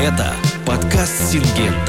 Это подкаст «Сингенты».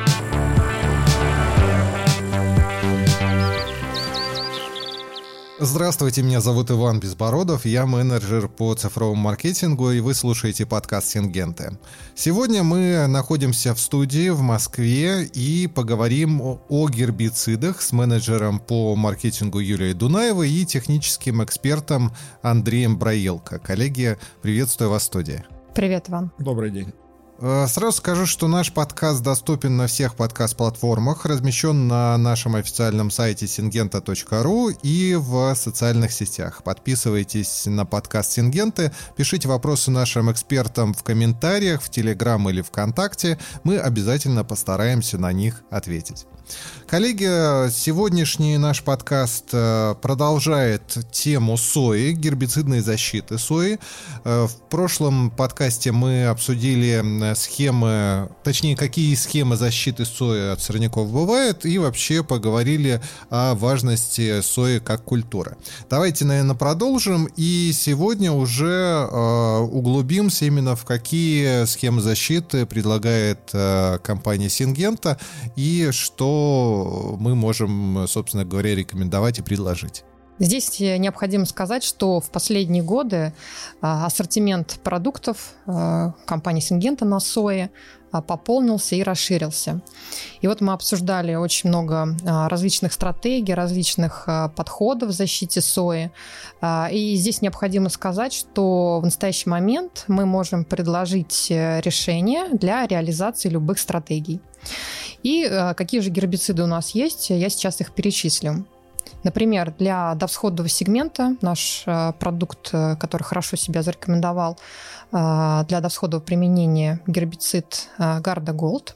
Здравствуйте, меня зовут Иван Безбородов, я менеджер по цифровому маркетингу, и вы слушаете подкаст «Сингенты». Сегодня мы находимся в студии в Москве и поговорим о гербицидах с менеджером по маркетингу Юлией Дунаевой и техническим экспертом Андреем Браилко. Коллеги, приветствую вас в студии. Привет, Иван. Добрый день. Сразу скажу, что наш подкаст доступен на всех подкаст-платформах, размещен на нашем официальном сайте syngenta.ru и в социальных сетях. Подписывайтесь на подкаст «Сингенты», пишите вопросы нашим экспертам в комментариях, в Телеграм или ВКонтакте. Мы обязательно постараемся на них ответить. Коллеги, сегодняшний наш подкаст продолжает тему сои, гербицидной защиты сои. В прошлом подкасте мы обсудили схемы, точнее, какие схемы защиты сои от сорняков бывают, и вообще поговорили о важности сои как культуры. Давайте, наверное, продолжим, и сегодня уже углубимся именно в какие схемы защиты предлагает компания Syngenta и что мы можем, собственно говоря, рекомендовать и предложить. Здесь необходимо сказать, что в последние годы ассортимент продуктов компании Syngenta на сое пополнился и расширился. И вот мы обсуждали очень много различных стратегий, различных подходов в защите сои. И здесь необходимо сказать, что в настоящий момент мы можем предложить решение для реализации любых стратегий. И какие же гербициды у нас есть, я сейчас их перечислю. Например, для довсходного сегмента наш продукт, который хорошо себя зарекомендовал для довсходного применения, гербицид Garda Gold.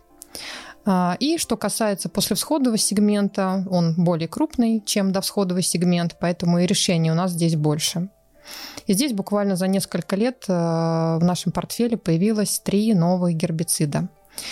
И что касается послевсходного сегмента, он более крупный, чем довсходовый сегмент, поэтому и решений у нас здесь больше. И здесь буквально за несколько лет в нашем портфеле появилось 3 новых гербицида.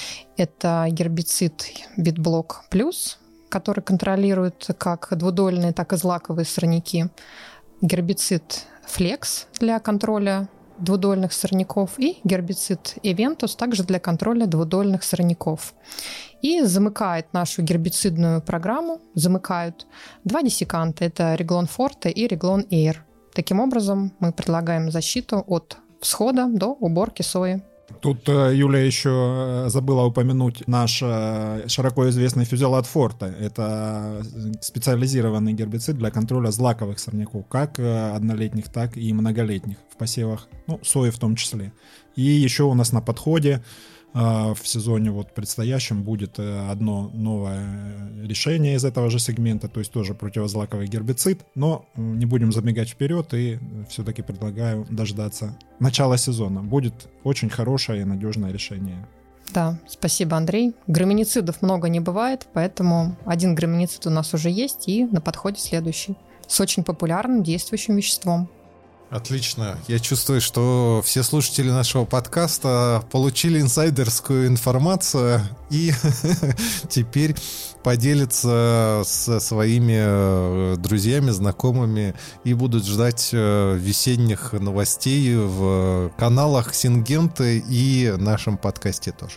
Это гербицид BitBlock Plus, который контролирует как двудольные, так и злаковые сорняки. Гербицид Flex для контроля двудольных сорняков и гербицид Eventus также для контроля двудольных сорняков. И замыкает нашу гербицидную программу, замыкают 2 диссиканта. Это Reglone Forte и Reglone Air. Таким образом, мы предлагаем защиту от всхода до уборки сои. Тут Юля еще забыла упомянуть наш широко известный Fusilade Forte. Это специализированный гербицид для контроля злаковых сорняков, как однолетних, так и многолетних в посевах, сои в том числе. И еще у нас на подходе в сезоне предстоящем будет одно новое решение из этого же сегмента, то есть тоже противозлаковый гербицид, но не будем забегать вперед и все-таки предлагаю дождаться начала сезона. Будет очень хорошее и надежное решение. Да, спасибо, Андрей. Граминицидов много не бывает, поэтому один граминицид у нас уже есть и на подходе следующий с очень популярным действующим веществом. Отлично. Я чувствую, что все слушатели нашего подкаста получили инсайдерскую информацию и теперь поделятся со своими друзьями, знакомыми и будут ждать весенних новостей в каналах Syngenta и нашем подкасте тоже.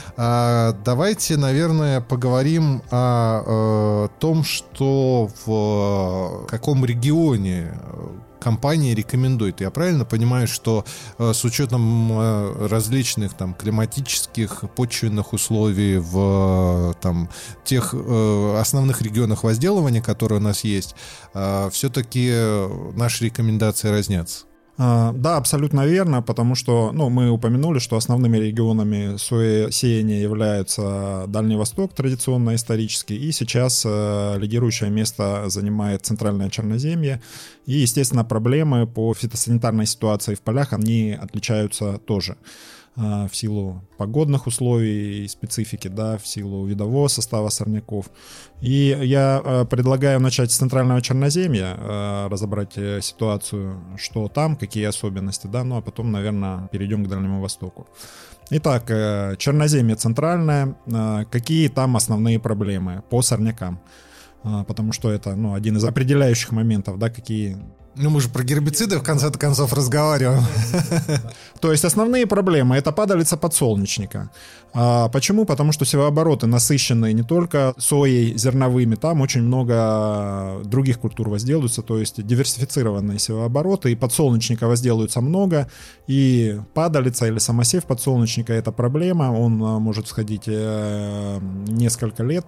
Давайте, наверное, поговорим о том, что в каком регионе компания рекомендует. Я правильно понимаю, что с учетом различных климатических, почвенных условий в тех основных регионах возделывания, которые у нас есть, все-таки наши рекомендации разнятся? Да, абсолютно верно, потому что мы упомянули, что основными регионами соесеяния являются Дальний Восток, традиционно исторически, и сейчас лидирующее место занимает Центральное Черноземье. И, естественно, проблемы по фитосанитарной ситуации в полях, они отличаются тоже в силу погодных условий и специфики, в силу видового состава сорняков. И я предлагаю начать с Центрального Черноземья, разобрать ситуацию, что там, какие особенности, а потом, наверное, перейдем к Дальнему Востоку. Итак, Черноземье центральное. Какие там основные проблемы по сорнякам? Потому что это один из определяющих моментов, какие Ну, мы же про гербициды в конце концов разговариваем. То есть основные проблемы — это падалица подсолнечника. Почему? Потому что севообороты насыщенные не только соей, зерновыми, там очень много других культур возделываются, то есть диверсифицированные севообороты, и подсолнечника возделывается много, и падалица или самосев подсолнечника — это проблема, он может сходить несколько лет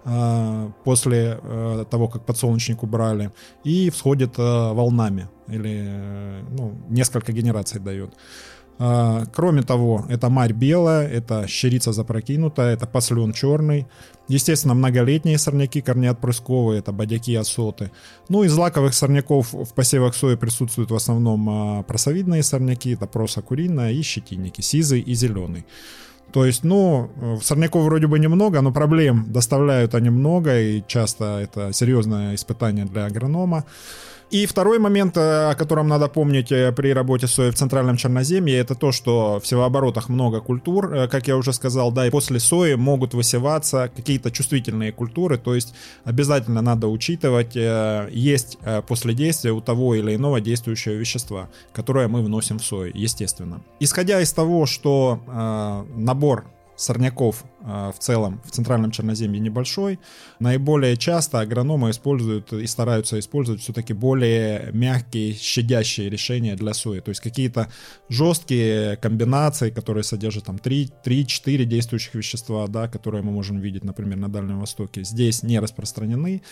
после того, как подсолнечник убрали, и всходит волнами, или несколько генераций дает. Кроме того, это марь белая, это щерица запрокинутая, это послен черный. Естественно, многолетние сорняки корнеотпрысковые, это бодяки, осоты. Ну, из злаковых сорняков в посевах сои присутствуют в основном просовидные сорняки, это проса куриная и щетинники, сизый и зеленый. То есть, сорняков вроде бы немного, но проблем доставляют они много, и часто это серьезное испытание для агронома. И второй момент, о котором надо помнить при работе с соей в центральном Черноземье, это то, что в севооборотах много культур, как я уже сказал, да, и после сои могут высеваться какие-то чувствительные культуры, то есть обязательно надо учитывать, есть после действия у того или иного действующего вещества, которое мы вносим в сою, естественно. Исходя из того, что набор сорняков в целом в центральном Черноземье небольшой, наиболее часто агрономы используют и стараются использовать все-таки более мягкие, щадящие решения для сои, то есть какие-то жесткие комбинации, которые содержат там 3-4 действующих вещества, да, которые мы можем видеть, например, на Дальнем Востоке, здесь не распространены.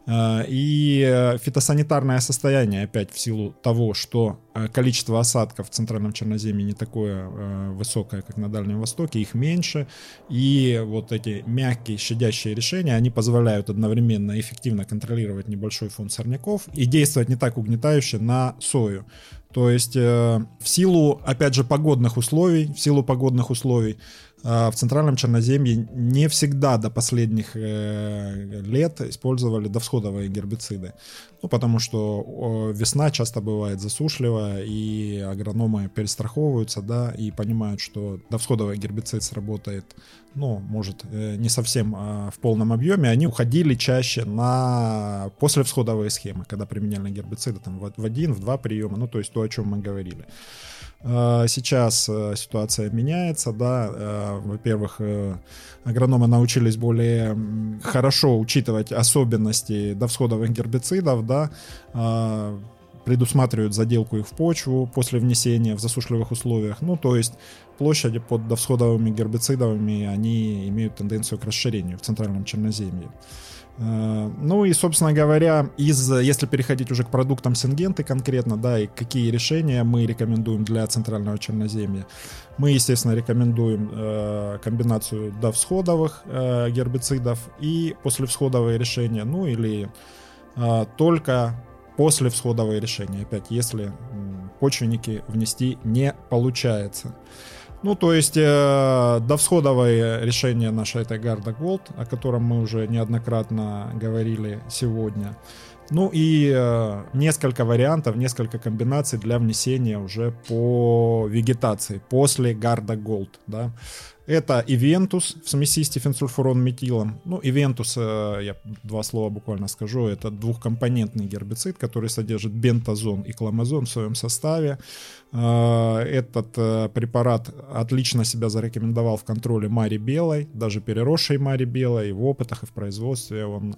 И фитосанитарное состояние, опять в силу того, что количество осадков в центральном Черноземье не такое высокое, как на Дальнем Востоке, их меньше, и вот эти мягкие щадящие решения, они позволяют одновременно эффективно контролировать небольшой фонд сорняков и действовать не так угнетающе на сою. То есть в силу, опять же, погодных условий, в центральном Черноземье не всегда до последних лет использовали довсходовые гербициды. Потому что весна часто бывает засушливая, и агрономы перестраховываются, да, и понимают, что довсходовый гербицид сработает, может, не совсем в полном объеме. Они уходили чаще на послевсходовые схемы, когда применяли гербициды там, в 1-2 приема, то есть то, о чем мы говорили. Сейчас ситуация меняется, да, во-первых, агрономы научились более хорошо учитывать особенности довсходовых гербицидов, да, предусматривают заделку их в почву после внесения в засушливых условиях, то есть площади под довсходовыми гербицидами, они имеют тенденцию к расширению в центральном Черноземье. И, собственно говоря, если переходить уже к продуктам Сингенты конкретно, да, и какие решения мы рекомендуем для центрального Черноземья, мы, естественно, рекомендуем комбинацию довсходовых гербицидов и послевсходовые решения, или только послевсходовые решения, опять, если почвенники внести не получается. То есть довсходовое решение наше — это Garda Gold, о котором мы уже неоднократно говорили сегодня. И несколько вариантов, несколько комбинаций для внесения уже по вегетации после Garda Gold, да. Это Ивентус в смеси с тифенсульфурон-метилом. Ивентус, я два слова буквально скажу, это двухкомпонентный гербицид, который содержит бентазон и кламазон в своем составе. Этот препарат отлично себя зарекомендовал в контроле мари белой, даже переросшей мари белой, и в опытах, и в производстве он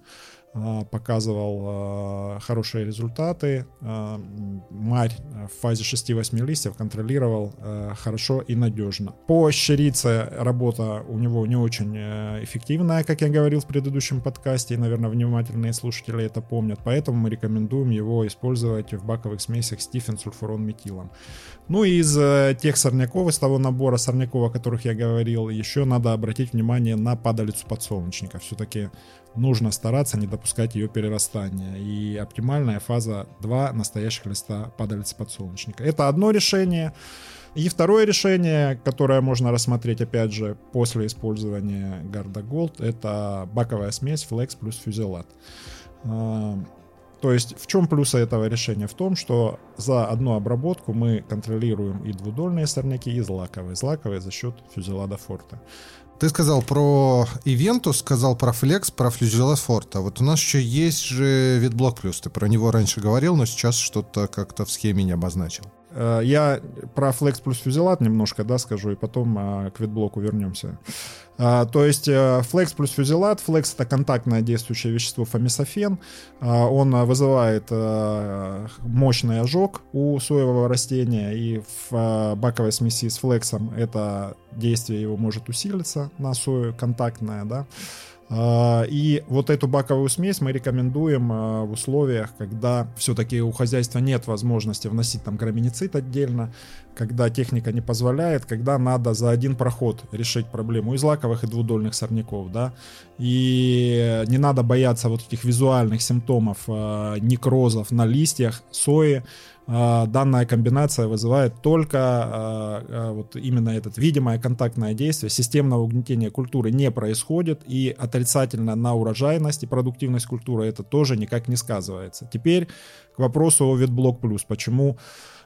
показывал хорошие результаты. Марь в фазе 6-8 листьев контролировал хорошо и надежно. По щерице работа у него не очень эффективная, как я говорил в предыдущем подкасте, и, наверное, внимательные слушатели это помнят, поэтому мы рекомендуем его использовать в баковых смесях с тифенсульфурон-метилом. Из тех сорняков, из того набора сорняков, о которых я говорил, еще надо обратить внимание на падалицу подсолнечника. Все-таки нужно стараться не допускать ее перерастания. И оптимальная фаза 2 настоящих листа падалицы подсолнечника. Это одно решение. И второе решение, которое можно рассмотреть, опять же, после использования Garda Gold, это баковая смесь Flex плюс фюзелат. То есть в чем плюсы этого решения? В том, что за одну обработку мы контролируем и двудольные сорняки, и злаковые. Злаковые за счет фюзелада Форте. Ты сказал про Ивентус, сказал про Flex, про фюзелад Форте. Вот у нас еще есть же Видблок Плюс. Ты про него раньше говорил, но сейчас что-то как-то в схеме не обозначил. Я про Flex плюс фюзелад немножко, да, скажу, и потом к Видблоку вернемся. То есть Flex плюс фюзелад. Flex — это контактное действующее вещество фомисофен. Он вызывает мощный ожог у соевого растения, и в баковой смеси с флексом это действие его может усилиться на сою, контактное, да. И вот эту баковую смесь мы рекомендуем в условиях, когда все-таки у хозяйства нет возможности вносить там граминицид отдельно, когда техника не позволяет, когда надо за один проход решить проблему и злаковых, и двудольных сорняков, да, и не надо бояться вот этих визуальных симптомов некрозов на листьях сои. Данная комбинация вызывает только вот именно это видимое контактное действие. Системного угнетения культуры не происходит, и отрицательно на урожайность и продуктивность культуры это тоже никак не сказывается. Теперь к вопросу о Видблок Плюс. Почему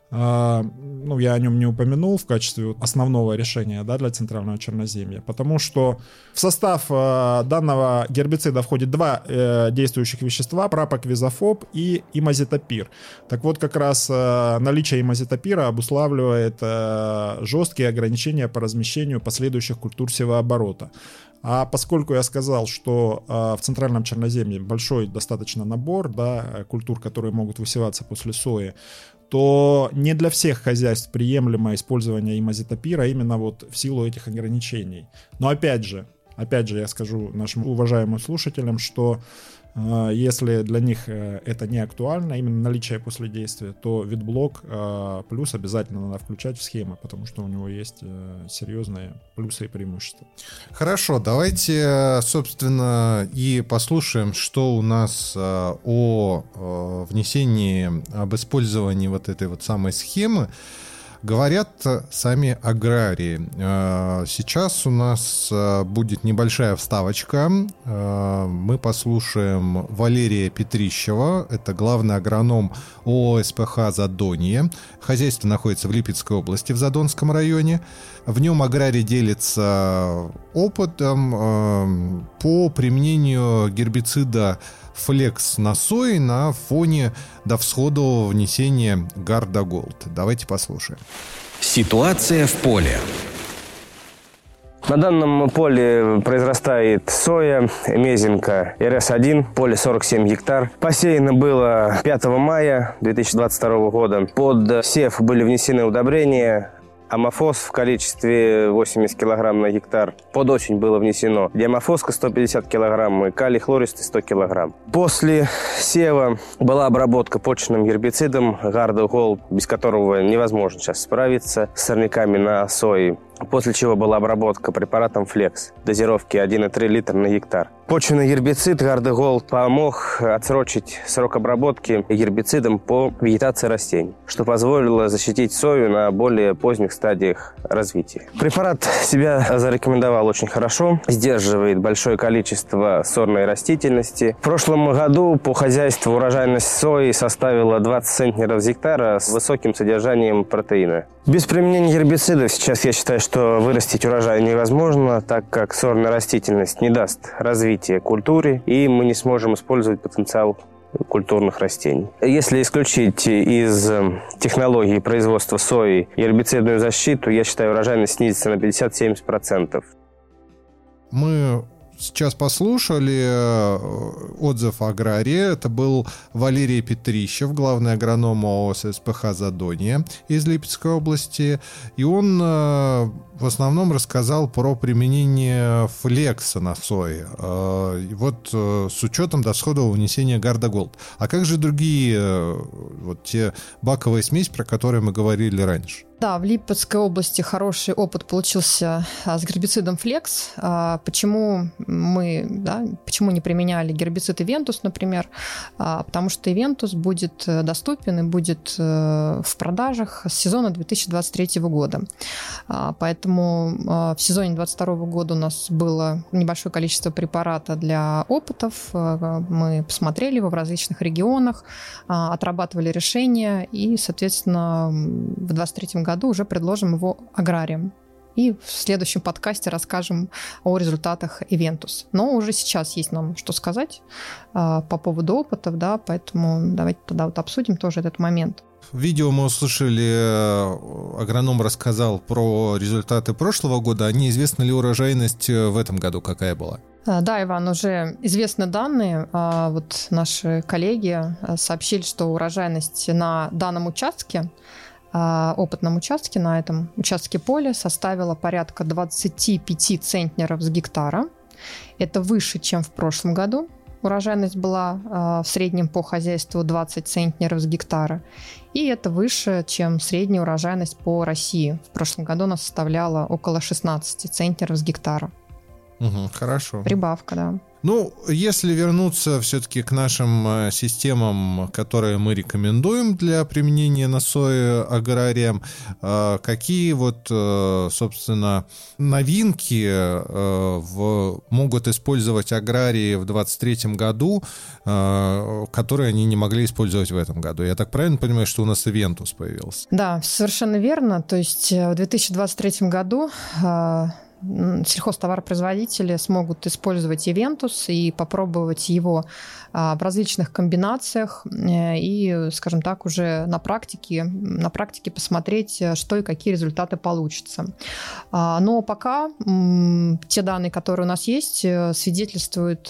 я о нем не упомянул в качестве основного решения, да, для центрального черноземья, потому что в состав данного гербицида входит два действующих вещества: прапоквизофоб и имазетапир. Так вот, как раз наличие имазетапира обуславливает жесткие ограничения по размещению последующих культур севооборота. А поскольку я сказал, что в центральном черноземье большой достаточно набор, да, культур, которые могут высеваться после сои, то не для всех хозяйств приемлемо использование имазетапира именно вот в силу этих ограничений. Но опять же я скажу нашим уважаемым слушателям, что если для них это не актуально, именно наличие последействия, то Видблок плюс обязательно надо включать в схемы, потому что у него есть серьезные плюсы и преимущества. Хорошо, давайте, собственно, и послушаем, что у нас о внесении, об использовании вот этой вот самой схемы говорят сами аграрии. Сейчас у нас будет небольшая вставочка. Мы послушаем Валерия Петрищева. Это главный агроном ООО СПХ «Задонье». Хозяйство находится в Липецкой области, в Задонском районе. В нем аграрий делится опытом по применению гербицида Flex на сои на фоне довсходового внесения Гарда Голд. Давайте послушаем. Ситуация в поле. На данном поле произрастает соя, мезенка РС-1, поле 47 гектар. Посеяно было 5 мая 2022 года. Под сев были внесены удобрения. Амофос в количестве 80 кг на гектар. Под осень было внесено диамофоска 150 кг и калий хлористый 100 кг. После сева была обработка почечным гербицидом Гарда Голд, без которого невозможно сейчас справиться с сорняками на сои. После чего была обработка препаратом Flex дозировки 1,3 литра на гектар. Почвенный гербицид Гарда Голд помог отсрочить срок обработки гербицидом по вегетации растений, что позволило защитить сою на более поздних стадиях развития. Препарат себя зарекомендовал очень хорошо, сдерживает большое количество сорной растительности. В прошлом году по хозяйству урожайность сои составила 20 центнеров с гектара с высоким содержанием протеина. Без применения гербицидов сейчас я считаю, что вырастить урожай невозможно, так как сорная растительность не даст развития культуре, и мы не сможем использовать потенциал культурных растений. Если исключить из технологии производства сои гербицидную защиту, я считаю, урожайность снизится на 50-70%. Мы сейчас послушали отзыв агрария. Это был Валерий Петрищев, главный агроном ООО СПХ «Задонье» из Липецкой области. И он в основном рассказал про применение флекса на сои. Вот с учетом довсходового внесения Гарда Голд. А как же другие, вот те баковые смеси, про которые мы говорили раньше? Да, в Липецкой области хороший опыт получился с гербицидом Флекс. Почему не применяли гербицид Ивентус, например? Потому что Ивентус будет доступен и будет в продажах с сезона 2023 года. Поэтому в сезоне 2022 года у нас было небольшое количество препарата для опытов. Мы посмотрели его в различных регионах, отрабатывали решения и, соответственно, в 2023 году уже предложим его аграриям. И в следующем подкасте расскажем о результатах Ивентус. Но уже сейчас есть нам что сказать по поводу опытов, да, поэтому давайте тогда вот обсудим тоже этот момент. В видео мы услышали, агроном рассказал про результаты прошлого года. А неизвестна ли урожайность в этом году какая была? Да, Иван, уже известны данные. Вот наши коллеги сообщили, что урожайность на данном участке, опытном участке, на этом участке поля составила порядка 25 центнеров с гектара. Это выше, чем в прошлом году. Урожайность была в среднем по хозяйству 20 центнеров с гектара. И это выше, чем средняя урожайность по России. В прошлом году она составляла около 16 центнеров с гектара. Хорошо. Прибавка, да. Ну, если вернуться все-таки к нашим системам, которые мы рекомендуем для применения на сое аграриям, какие вот, собственно, новинки могут использовать аграрии в 2023 году, которые они не могли использовать в этом году? Я так правильно понимаю, что у нас Ивентус появился? Да, совершенно верно. То есть в 2023 году сельхозтоваропроизводители смогут использовать Ивентус и попробовать его в различных комбинациях и, скажем так, уже на практике посмотреть, что и какие результаты получатся. Но пока те данные, которые у нас есть, свидетельствуют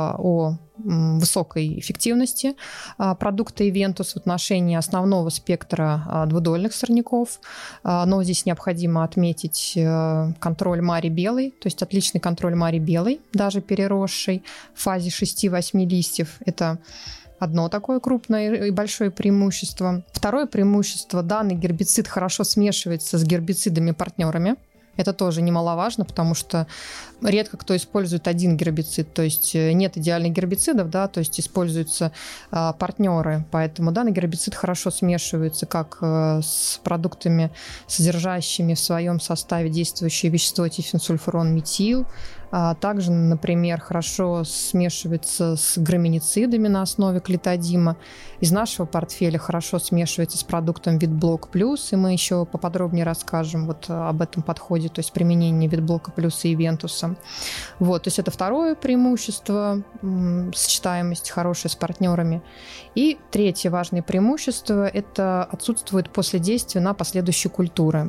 о высокой эффективности продукта Ивентус в отношении основного спектра двудольных сорняков. Но здесь необходимо отметить контроль мари белой, то есть отличный контроль мари белой, даже переросшей в фазе 6-8 листьев. Это одно такое крупное и большое преимущество. Второе преимущество – данный гербицид хорошо смешивается с гербицидами-партнерами. Это тоже немаловажно, потому что редко кто использует один гербицид, то есть нет идеальных гербицидов, да, то есть используются партнеры, поэтому данный гербицид хорошо смешивается как с продуктами, содержащими в своем составе действующее вещество тифенсульфурон-метил, также, например, хорошо смешивается с граминицидами на основе клетодима. Из нашего портфеля хорошо смешивается с продуктом Витблок Плюс, и мы еще поподробнее расскажем вот об этом подходе, то есть применение Витблока Плюс и Ивентуса. Вот, то есть это второе преимущество, сочетаемость хорошая с партнерами. И третье важное преимущество – это отсутствует последействие на последующие культуры.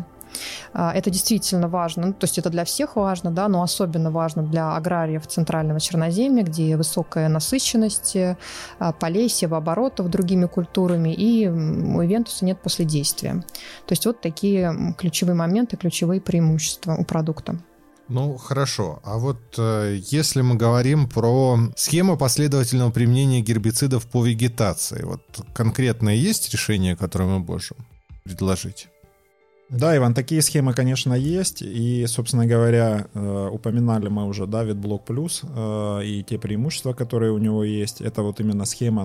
Это действительно важно, то есть это для всех важно, да, но особенно важно для аграриев Центрального Черноземья, где высокая насыщенность полей, севооборотов другими культурами, и у Ивентуса нет последействия. То есть вот такие ключевые моменты, ключевые преимущества у продукта. Ну, хорошо. А вот если мы говорим про схему последовательного применения гербицидов по вегетации, вот конкретно есть решение, которое мы можем предложить? Да, Иван, такие схемы, конечно, есть. И, собственно говоря, упоминали мы уже, да, Витблок Плюс и те преимущества, которые у него есть. Это вот именно схема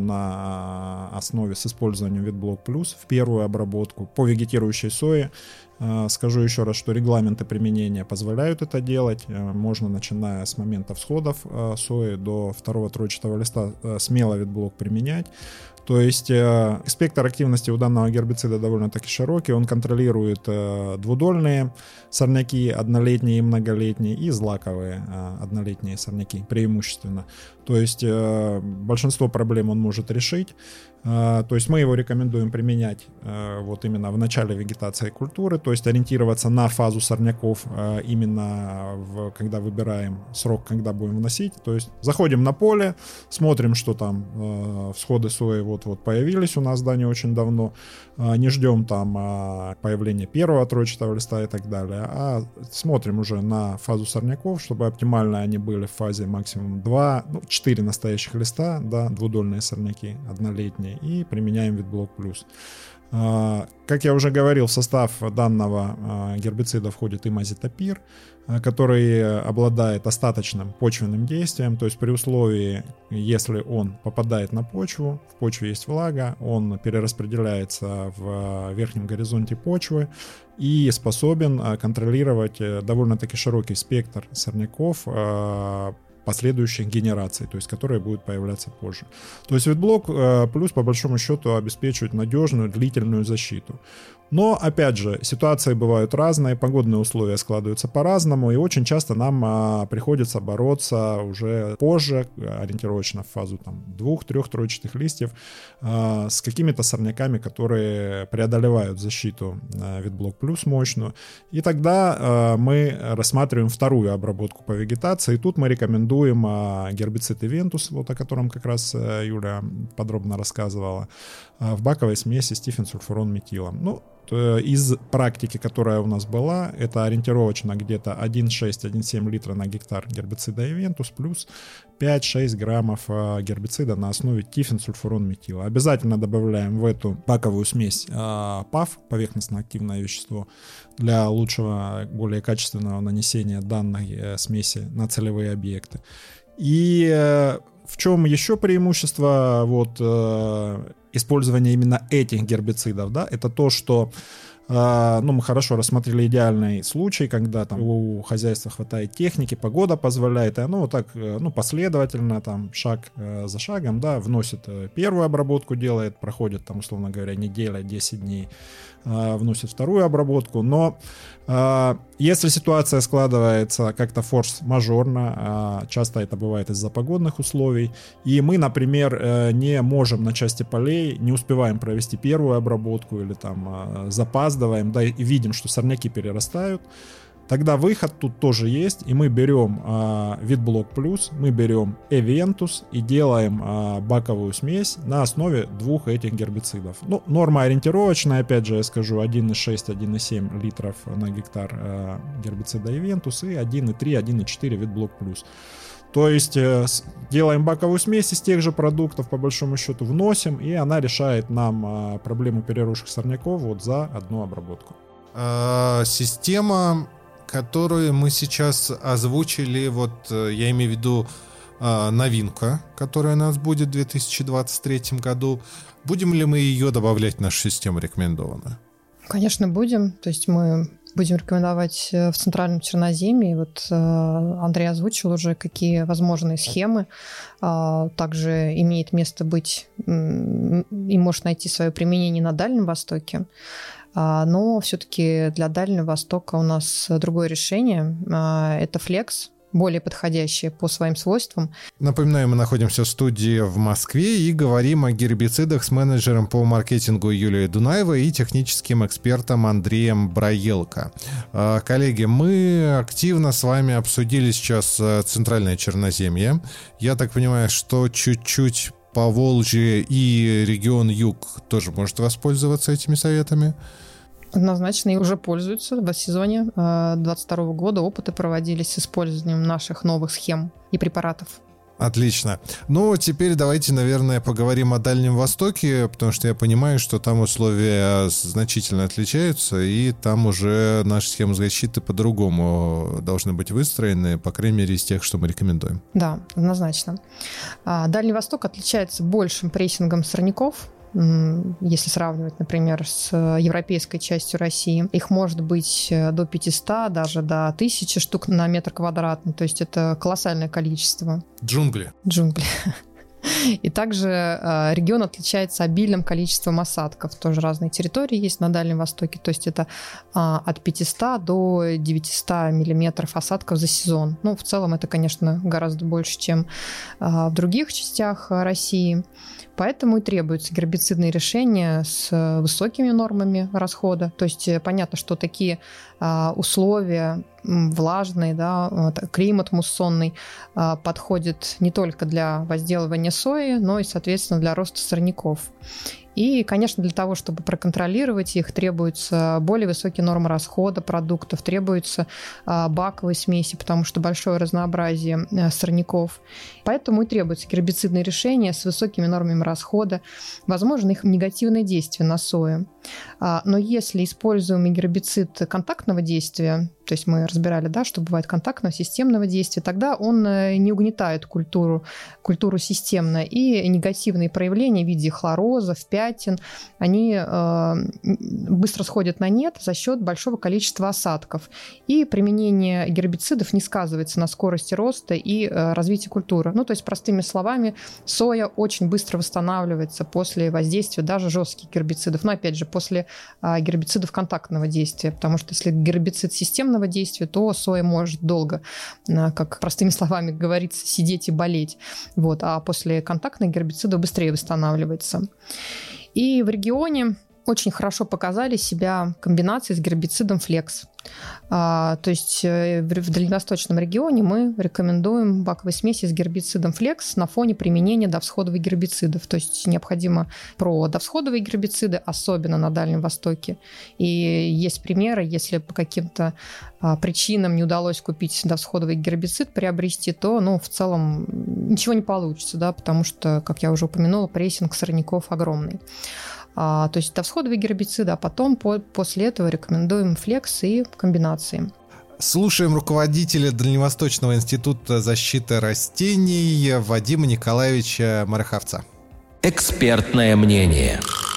на основе с использованием Витблок Плюс в первую обработку по вегетирующей сое. Скажу еще раз, что регламенты применения позволяют это делать. Можно, начиная с момента всходов сои до второго тройчатого листа, смело Витблок применять. То есть спектр активности у данного гербицида довольно-таки широкий. Он контролирует двудольные сорняки, однолетние и многолетние, и злаковые однолетние сорняки преимущественно. То есть большинство проблем он может решить. То есть мы его рекомендуем применять вот именно в начале вегетации культуры, то есть ориентироваться на фазу сорняков именно когда выбираем срок, когда будем вносить. То есть заходим на поле, смотрим, что там всходы сои вот появились у нас, да, не очень давно. Не ждем там появления первого тройчатого листа и так далее, а смотрим уже на фазу сорняков, чтобы оптимально они были в фазе максимум 4 настоящих листа, да, двудольные сорняки, однолетние, и применяем Витблок Плюс. Как я уже говорил, в состав данного гербицида входит имазетапир, который обладает остаточным почвенным действием, то есть при условии, если он попадает на почву, в почве есть влага, он перераспределяется в верхнем горизонте почвы и способен контролировать довольно-таки широкий спектр сорняков последующих генераций, то есть которые будут появляться позже. То есть ветблок плюс по большому счету обеспечивает надежную длительную защиту. Но, опять же, ситуации бывают разные, погодные условия складываются по-разному, и очень часто нам приходится бороться уже позже, ориентировочно в фазу 2-3 тройчатых листьев, с какими-то сорняками, которые преодолевают защиту ветблок плюс мощную. И тогда мы рассматриваем вторую обработку по вегетации. И тут мы рекомендуем гербицид Ивентус, вот о котором как раз Юля подробно рассказывала, в баковой смеси с тифенсульфурон-метилом. Из практики, которая у нас была, это ориентировочно где-то 1,6-1,7 литра на гектар гербицида Ивентус плюс 5-6 граммов гербицида на основе тифенсульфурон-метила. Обязательно добавляем в эту баковую смесь ПАФ, поверхностно-активное вещество, для лучшего, более качественного нанесения данной смеси на целевые объекты. И в чем еще преимущество использования именно этих гербицидов, да, это то, что мы хорошо рассмотрели идеальный случай, когда у хозяйства хватает техники, погода позволяет, и оно последовательно, шаг за шагом, да, вносит первую обработку, делает, проходит, условно говоря, неделя, 10 дней, вносит вторую обработку, но если ситуация складывается как-то форс-мажорно, часто это бывает из-за погодных условий, и мы, например, не можем на части полей, не успеваем провести первую обработку или запаздываем, да, и видим, что сорняки перерастают, тогда выход тут тоже есть, и мы берем ветблок плюс, мы берем Эвентус и делаем баковую смесь на основе двух этих гербицидов. Норма ориентировочная, опять же, я скажу, 1,6-1,7 литров на гектар гербицида Эвентус и 1,3-1,4 ветблок плюс. То есть делаем баковую смесь из тех же продуктов, по большому счету вносим, и она решает нам проблему переросших сорняков за одну обработку. Система, которую мы сейчас озвучили, я имею в виду новинка, которая у нас будет в 2023 году. Будем ли мы ее добавлять в нашу систему рекомендованную? Конечно, будем. То есть мы будем рекомендовать в Центральном Черноземье. Андрей озвучил уже, какие возможные схемы. Также имеет место быть и может найти свое применение на Дальнем Востоке. Но все-таки для Дальнего Востока у нас другое решение. Это флекс, более подходящее по своим свойствам. Напоминаю, мы находимся в студии в Москве и говорим о гербицидах с менеджером по маркетингу Юлией Дунаевой и техническим экспертом Андреем Браелко. Коллеги, мы активно с вами обсудили сейчас Центральное Черноземье. Я так понимаю, что чуть-чуть Поволжье и регион Юг тоже может воспользоваться этими советами? Однозначно и уже пользуются в сезоне 2022 года. Опыты проводились с использованием наших новых схем и препаратов. Отлично. Теперь давайте, наверное, поговорим о Дальнем Востоке, потому что я понимаю, что там условия значительно отличаются, и там уже наши схемы защиты по-другому должны быть выстроены, по крайней мере, из тех, что мы рекомендуем. Да, однозначно. Дальний Восток отличается большим прессингом сорняков, если сравнивать, например, с европейской частью России. Их может быть до 500, даже до 1000 штук на метр квадратный. То есть это колоссальное количество. Джунгли. И также регион отличается обильным количеством осадков. Тоже разные территории есть на Дальнем Востоке. То есть это от 500 до 900 миллиметров осадков за сезон. В целом это, конечно, гораздо больше, чем в других частях России. Поэтому и требуются гербицидные решения с высокими нормами расхода. То есть понятно, что такие условия влажные, да, климат муссонный подходит не только для возделывания сои, но и, соответственно, для роста сорняков. И, конечно, для того, чтобы проконтролировать их, требуются более высокие нормы расхода продуктов, требуются баковые смеси, потому что большое разнообразие сорняков. Поэтому и требуются гербицидные решения с высокими нормами расхода. Возможно, их негативное действие на сою. Но если используемый гербицид контактного действия, то есть мы разбирали, да, что бывает контактного, системного действия, тогда он не угнетает культуру системно, и негативные проявления в виде хлорозов, пятен, они быстро сходят на нет за счет большого количества осадков. И применение гербицидов не сказывается на скорости роста и развития культуры. То есть, простыми словами, соя очень быстро восстанавливается после воздействия даже жестких гербицидов. Но, опять же, после гербицидов контактного действия, потому что если гербицид системного действия, то соя может долго, как простыми словами говорится, сидеть и болеть. А после контактных гербицидов быстрее восстанавливается. И в регионе очень хорошо показали себя комбинации с гербицидом Flex. То есть в дальневосточном регионе мы рекомендуем баковые смеси с гербицидом Flex на фоне применения довсходовых гербицидов. То есть необходимо про довсходовые гербициды, особенно на Дальнем Востоке. И есть примеры, если по каким-то причинам не удалось купить довсходовый гербицид, приобрести, то в целом ничего не получится, да, потому что, как я уже упомянула, прессинг сорняков огромный. То есть довсходовые гербициды, а потом после этого рекомендуем Flex и комбинации. Слушаем руководителя Дальневосточного института защиты растений Вадима Николаевича Мараховца. Экспертное мнение.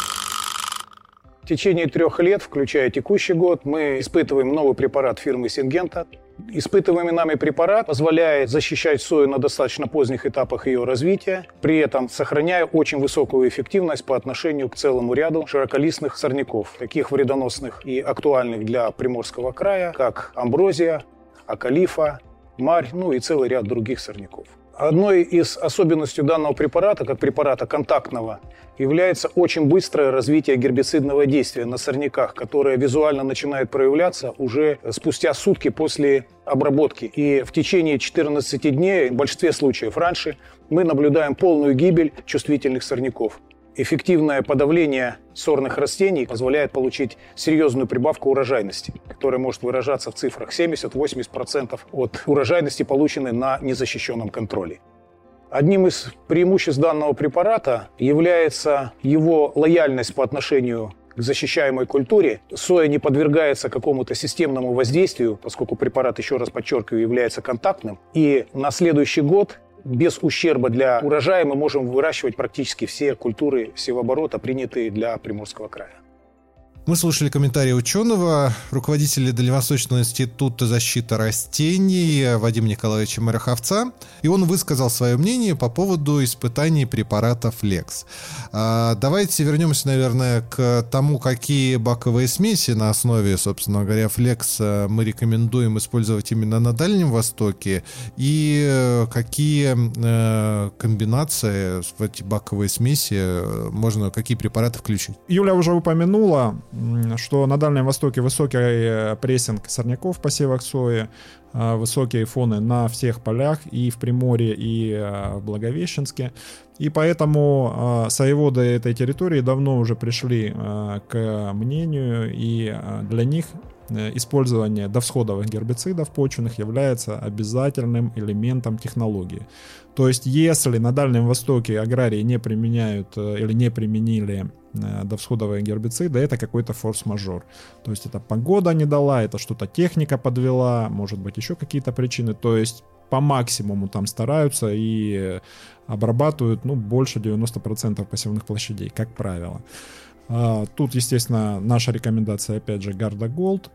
В течение 3 лет, включая текущий год, мы испытываем новый препарат фирмы Syngenta. Испытываемый нами препарат позволяет защищать сою на достаточно поздних этапах ее развития, при этом сохраняя очень высокую эффективность по отношению к целому ряду широколистных сорняков, таких вредоносных и актуальных для Приморского края, как амброзия, акалифа, марь, и целый ряд других сорняков. Одной из особенностей данного препарата, как препарата контактного, является очень быстрое развитие гербицидного действия на сорняках, которое визуально начинает проявляться уже спустя сутки после обработки. И в течение 14 дней, в большинстве случаев раньше, мы наблюдаем полную гибель чувствительных сорняков. Эффективное подавление сорных растений позволяет получить серьезную прибавку урожайности, которая может выражаться в цифрах 70-80% от урожайности, полученной на незащищенном контроле. Одним из преимуществ данного препарата является его лояльность по отношению к защищаемой культуре. Соя не подвергается какому-то системному воздействию, поскольку препарат, еще раз подчеркиваю, является контактным. И на следующий год без ущерба для урожая мы можем выращивать практически все культуры севооборота, принятые для Приморского края. Мы слушали комментарии ученого, руководителя Дальневосточного института защиты растений Вадима Николаевича Мараховца, и он высказал свое мнение по поводу испытаний препарата Flex. Давайте вернемся, наверное, к тому, какие баковые смеси на основе, собственно говоря, Flex мы рекомендуем использовать именно на Дальнем Востоке, и какие комбинации в эти баковые смеси можно, какие препараты включить. Юля уже упомянула, что на Дальнем Востоке высокий прессинг сорняков в посевах сои, высокие фоны на всех полях и в Приморье, и в Благовещенске. И поэтому соеводы этой территории давно уже пришли к мнению, и для них использование довсходовых гербицидов почвенных является обязательным элементом технологии. То есть, если на Дальнем Востоке аграрии не применяют или не применили довсходовые гербициды, это какой-то форс-мажор. То есть, это погода не дала, это что-то техника подвела, может быть, еще какие-то причины. То есть, по максимуму там стараются и обрабатывают больше 90% посевных площадей, как правило. Тут, естественно, наша рекомендация, опять же, Garda Gold,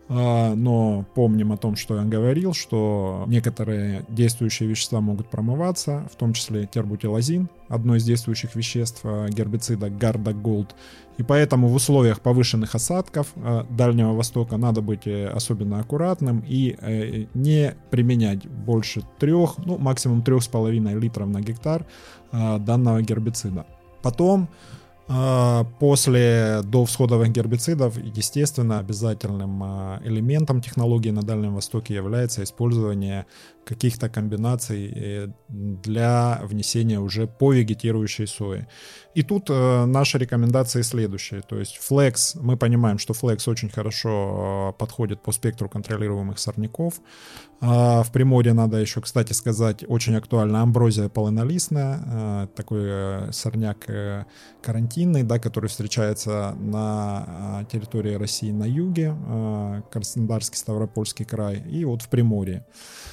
но помним о том, что я говорил, что некоторые действующие вещества могут промываться, в том числе тербутилазин, одно из действующих веществ гербицида Garda Gold. И поэтому в условиях повышенных осадков Дальнего Востока надо быть особенно аккуратным и не применять больше 3, максимум 3,5 литров на гектар данного гербицида. Потом После довсходовых гербицидов, естественно, обязательным элементом технологии на Дальнем Востоке является использование каких-то комбинаций для внесения уже по вегетирующей сои. И тут наши рекомендации следующие. То есть Flex, мы понимаем, что Flex очень хорошо подходит по спектру контролируемых сорняков. В Приморье надо еще, кстати, сказать, очень актуальна амброзия полынолистная, такой сорняк карантинный, да, который встречается на территории России на юге, Краснодарский, Ставропольский край, и вот в Приморье.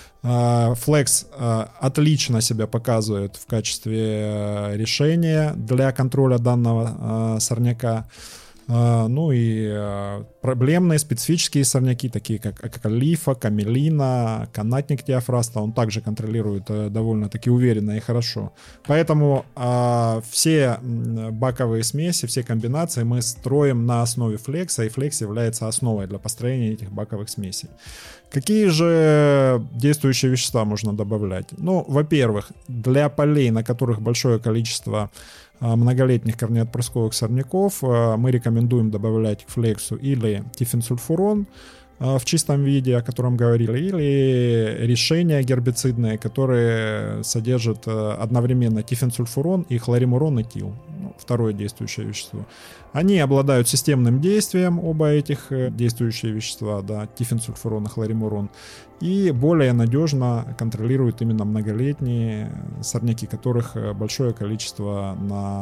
Flex отлично себя показывает в качестве решения для контроля данного сорняка. Ну и проблемные специфические сорняки, такие как акалифа, камелина, канатник теофраста, он также контролирует довольно-таки уверенно и хорошо. Поэтому все баковые смеси, все комбинации мы строим на основе флекса, и флекс является основой для построения этих баковых смесей. Какие же действующие вещества можно добавлять? Ну, во-первых, для полей, на которых большое количество многолетних корнеотпрысковых сорняков, мы рекомендуем добавлять к флексу или тифенсульфурон в чистом виде, о котором говорили, или решения гербицидные, которые содержат одновременно тифенсульфурон и хлоримурон-этил, второе действующее вещество. Они обладают системным действием, оба этих действующие вещества, да, тифенсульфурон и хлоримурон, и более надежно контролируют именно многолетние сорняки, которых большое количество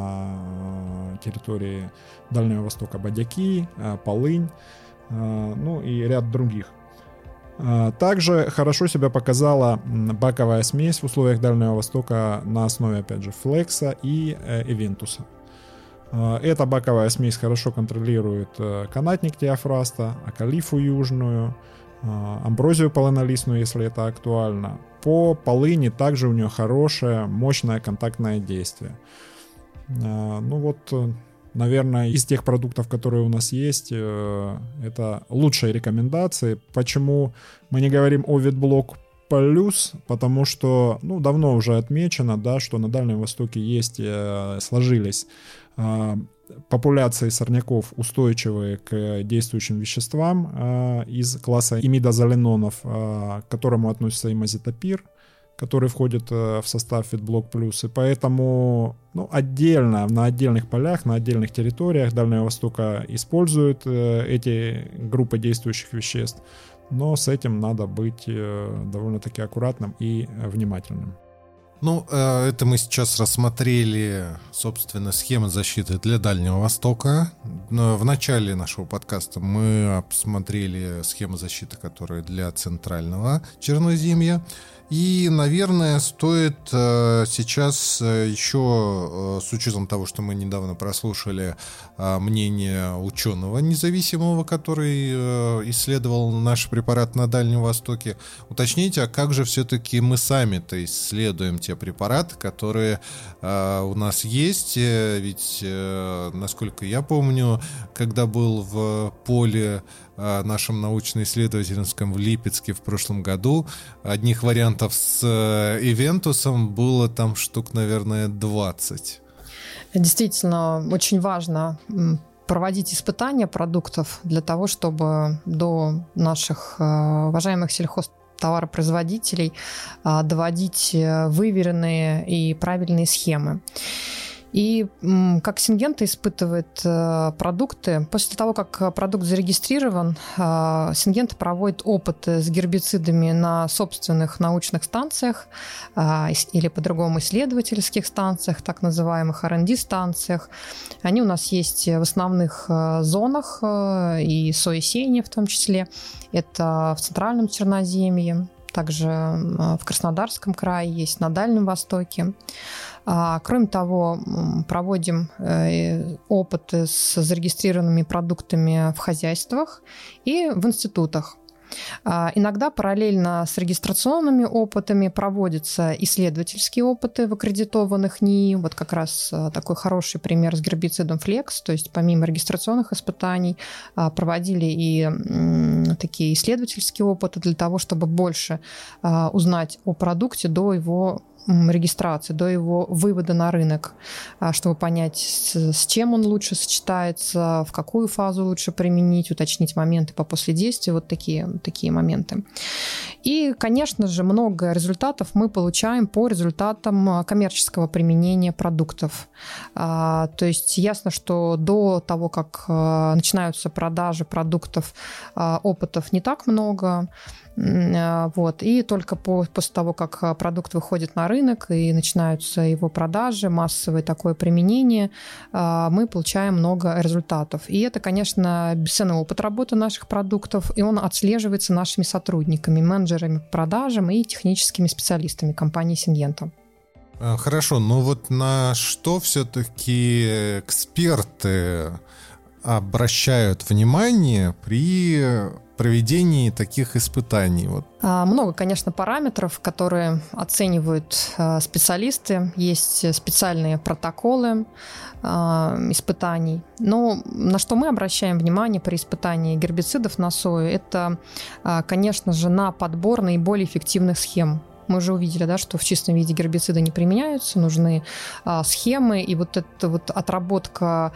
на территории Дальнего Востока: бадяки, полынь, ну и ряд других. Также хорошо себя показала баковая смесь в условиях Дальнего Востока на основе, опять же, флекса и эвентуса. Эта баковая смесь хорошо контролирует канатник теофраста, акалифу южную, амброзию полынолистную, если это актуально. По полыни также у нее хорошее, мощное контактное действие. Ну вот, наверное, из тех продуктов, которые у нас есть, это лучшие рекомендации. Почему мы не говорим о ветблок плюс? Потому что, ну, давно уже отмечено, да, что на Дальнем Востоке есть, сложились популяции сорняков, устойчивые к действующим веществам из класса имидозоленонов, к которому относится имазетапир, который входит в состав ветблок плюс. И поэтому, ну, отдельно, на отдельных полях, на отдельных территориях Дальнего Востока используют эти группы действующих веществ, но с этим надо быть довольно-таки аккуратным и внимательным. Ну, это мы сейчас рассмотрели, собственно, схемы защиты для Дальнего Востока. В начале нашего подкаста мы посмотрели схемы защиты, которые для Центрального Черноземья. И, наверное, стоит сейчас еще, с учетом того, что мы недавно прослушали мнение ученого независимого, который исследовал наш препарат на Дальнем Востоке, уточнить, а как же все-таки мы сами-то исследуем те препараты, которые у нас есть. Ведь, насколько я помню, когда был в поле нашем научно-исследовательском в Липецке в прошлом году, одних вариантов с Эвентусом было там штук, наверное, 20. Действительно, очень важно проводить испытания продуктов для того, чтобы до наших уважаемых сельхозтоваропроизводителей доводить выверенные и правильные схемы. И как Сингента испытывает продукты, после того, как продукт зарегистрирован, Сингента проводит опыты с гербицидами на собственных научных станциях или по-другому исследовательских станциях, так называемых R&D-станциях. Они у нас есть в основных зонах и соесения в том числе. Это в Центральном Черноземье, также в Краснодарском крае есть, на Дальнем Востоке. Кроме того, проводим опыты с зарегистрированными продуктами в хозяйствах и в институтах. Иногда параллельно с регистрационными опытами проводятся исследовательские опыты в аккредитованных НИИ. Вот как раз такой хороший пример с гербицидом Flex. То есть помимо регистрационных испытаний проводили и такие исследовательские опыты для того, чтобы больше узнать о продукте до его регистрации, до его вывода на рынок, чтобы понять, с чем он лучше сочетается, в какую фазу лучше применить, уточнить моменты по последействию, вот такие моменты. И, конечно же, много результатов мы получаем по результатам коммерческого применения продуктов. То есть ясно, что до того, как начинаются продажи продуктов, опытов не так много. Вот. И только после того, как продукт выходит на рынок и начинаются его продажи, массовое такое применение, мы получаем много результатов. И это, конечно, бесценный опыт работы наших продуктов, и он отслеживается нашими сотрудниками, менеджерами по продажам и техническими специалистами компании Syngenta. Хорошо, но вот на что все-таки эксперты обращают внимание при проведении таких испытаний? Много, конечно, параметров, которые оценивают специалисты. Есть специальные протоколы испытаний. Но на что мы обращаем внимание при испытании гербицидов на сою, это, конечно же, на подбор наиболее эффективных схем. Мы уже увидели, да, что в чистом виде гербициды не применяются, нужны схемы, и вот эта вот отработка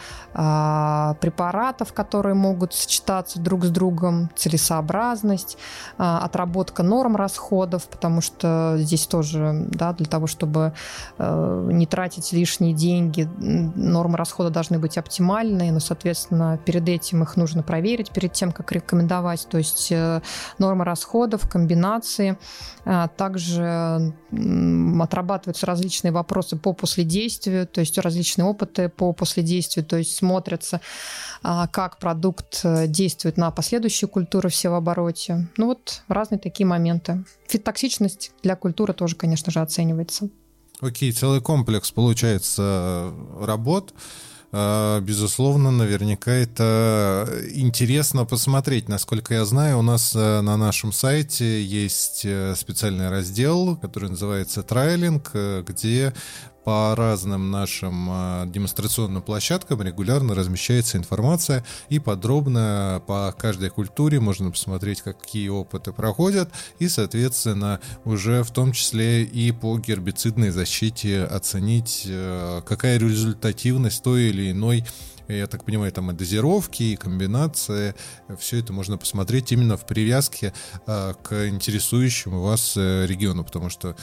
препаратов, которые могут сочетаться друг с другом, целесообразность, отработка норм расходов, потому что здесь тоже, да, для того, чтобы не тратить лишние деньги, нормы расхода должны быть оптимальные, но, соответственно, перед этим их нужно проверить, перед тем, как рекомендовать, то есть нормы расходов, комбинации, также отрабатываются различные вопросы по последействию, то есть различные опыты по последействию, то есть смотрятся, как продукт действует на последующие культуры в севообороте. Ну вот разные такие моменты. Фитотоксичность для культуры тоже, конечно же, оценивается. Окей, целый комплекс, получается, работ. Безусловно, наверняка это интересно посмотреть. Насколько я знаю, у нас на нашем сайте есть специальный раздел, который называется «Трайлинг», где по разным нашим демонстрационным площадкам регулярно размещается информация, и подробно по каждой культуре можно посмотреть, какие опыты проходят, и, соответственно, уже в том числе и по гербицидной защите оценить, какая результативность той или иной, я так понимаю, там и дозировки, и комбинации, все это можно посмотреть именно в привязке к интересующему вас региону, потому что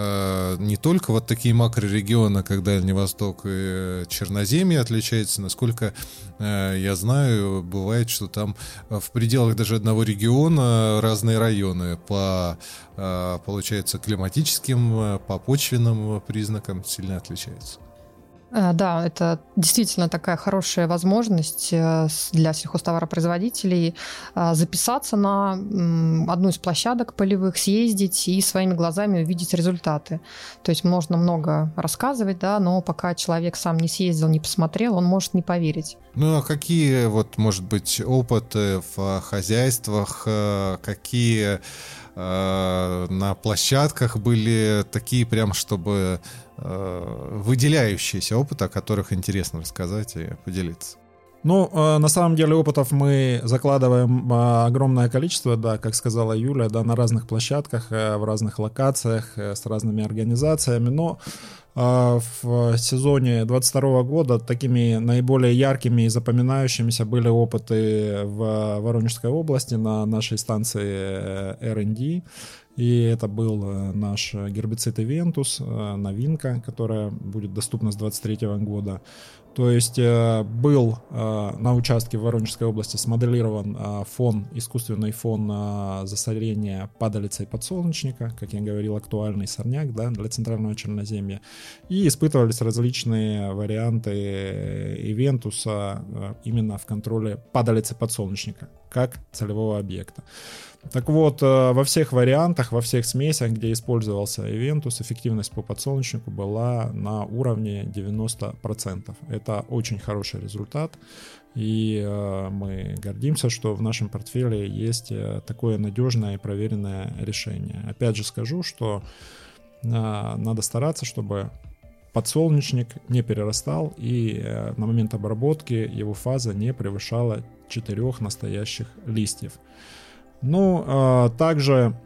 не только вот такие макрорегионы, как Дальний Восток и Черноземье отличаются, насколько я знаю, бывает, что там в пределах даже одного региона разные районы по, получается, климатическим, по почвенным признакам сильно отличаются. Да, это действительно такая хорошая возможность для сельхозтоваропроизводителей записаться на одну из площадок полевых, съездить и своими глазами увидеть результаты. То есть можно много рассказывать, да, но пока человек сам не съездил, не посмотрел, он может не поверить. Ну а какие, вот, может быть, опыты в хозяйствах, какие на площадках были такие прям, чтобы выделяющиеся опыты, о которых интересно рассказать и поделиться? Ну, на самом деле опытов мы закладываем огромное количество, да, как сказала Юля, да, на разных площадках, в разных локациях, с разными организациями, но в сезоне 2022 года такими наиболее яркими и запоминающимися были опыты в Воронежской области на нашей станции R&D. И это был наш гербицид Ивентус, новинка, которая будет доступна с 2023 года. То есть был на участке в Воронежской области смоделирован фон, искусственный фон засорения падалицей подсолнечника, как я говорил, актуальный сорняк, да, для центрального Черноземья. И испытывались различные варианты Ивентуса именно в контроле падалицы подсолнечника как целевого объекта. Так вот, во всех вариантах, во всех смесях, где использовался Ивентус, эффективность по подсолнечнику была на уровне 90%. Это очень хороший результат, и мы гордимся, что в нашем портфеле есть такое надежное и проверенное решение. Опять же скажу, что надо стараться, чтобы подсолнечник не перерастал, и на момент обработки его фаза не превышала 4 настоящих листьев. Ну, также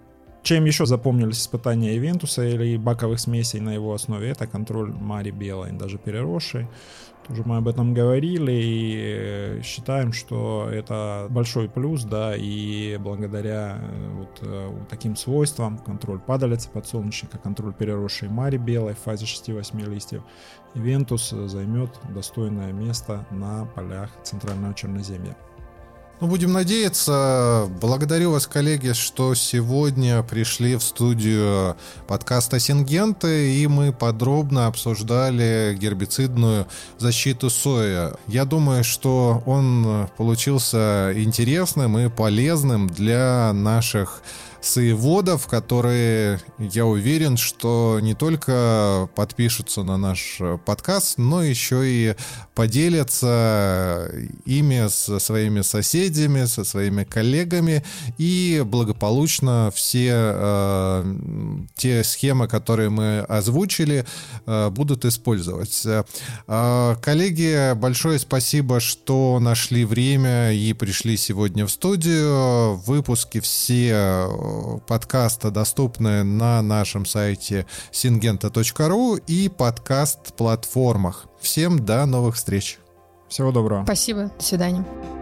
Чем еще запомнились испытания Ивентуса или баковых смесей на его основе? Это контроль Мари Белой, даже переросшей. Тоже мы об этом говорили и считаем, что это большой плюс, да, и благодаря вот таким свойствам, контроль падалицы подсолнечника, контроль переросшей Мари Белой в фазе 6-8 листьев, Ивентус займет достойное место на полях Центрального Черноземья. Ну, будем надеяться. Благодарю вас, коллеги, что сегодня пришли в студию подкаста «Сингента», и мы подробно обсуждали гербицидную защиту сои. Я думаю, что он получился интересным и полезным для наших соеводов, которые, я уверен, что не только подпишутся на наш подкаст, но еще и поделятся ими со своими соседями, со своими коллегами, и благополучно все те схемы, которые мы озвучили, будут использовать. Коллеги, большое спасибо, что нашли время и пришли сегодня в студию. Выпуски все подкаста доступны на нашем сайте syngenta.ru и подкаст-платформах. Всем до новых встреч. Всего доброго. Спасибо. До свидания.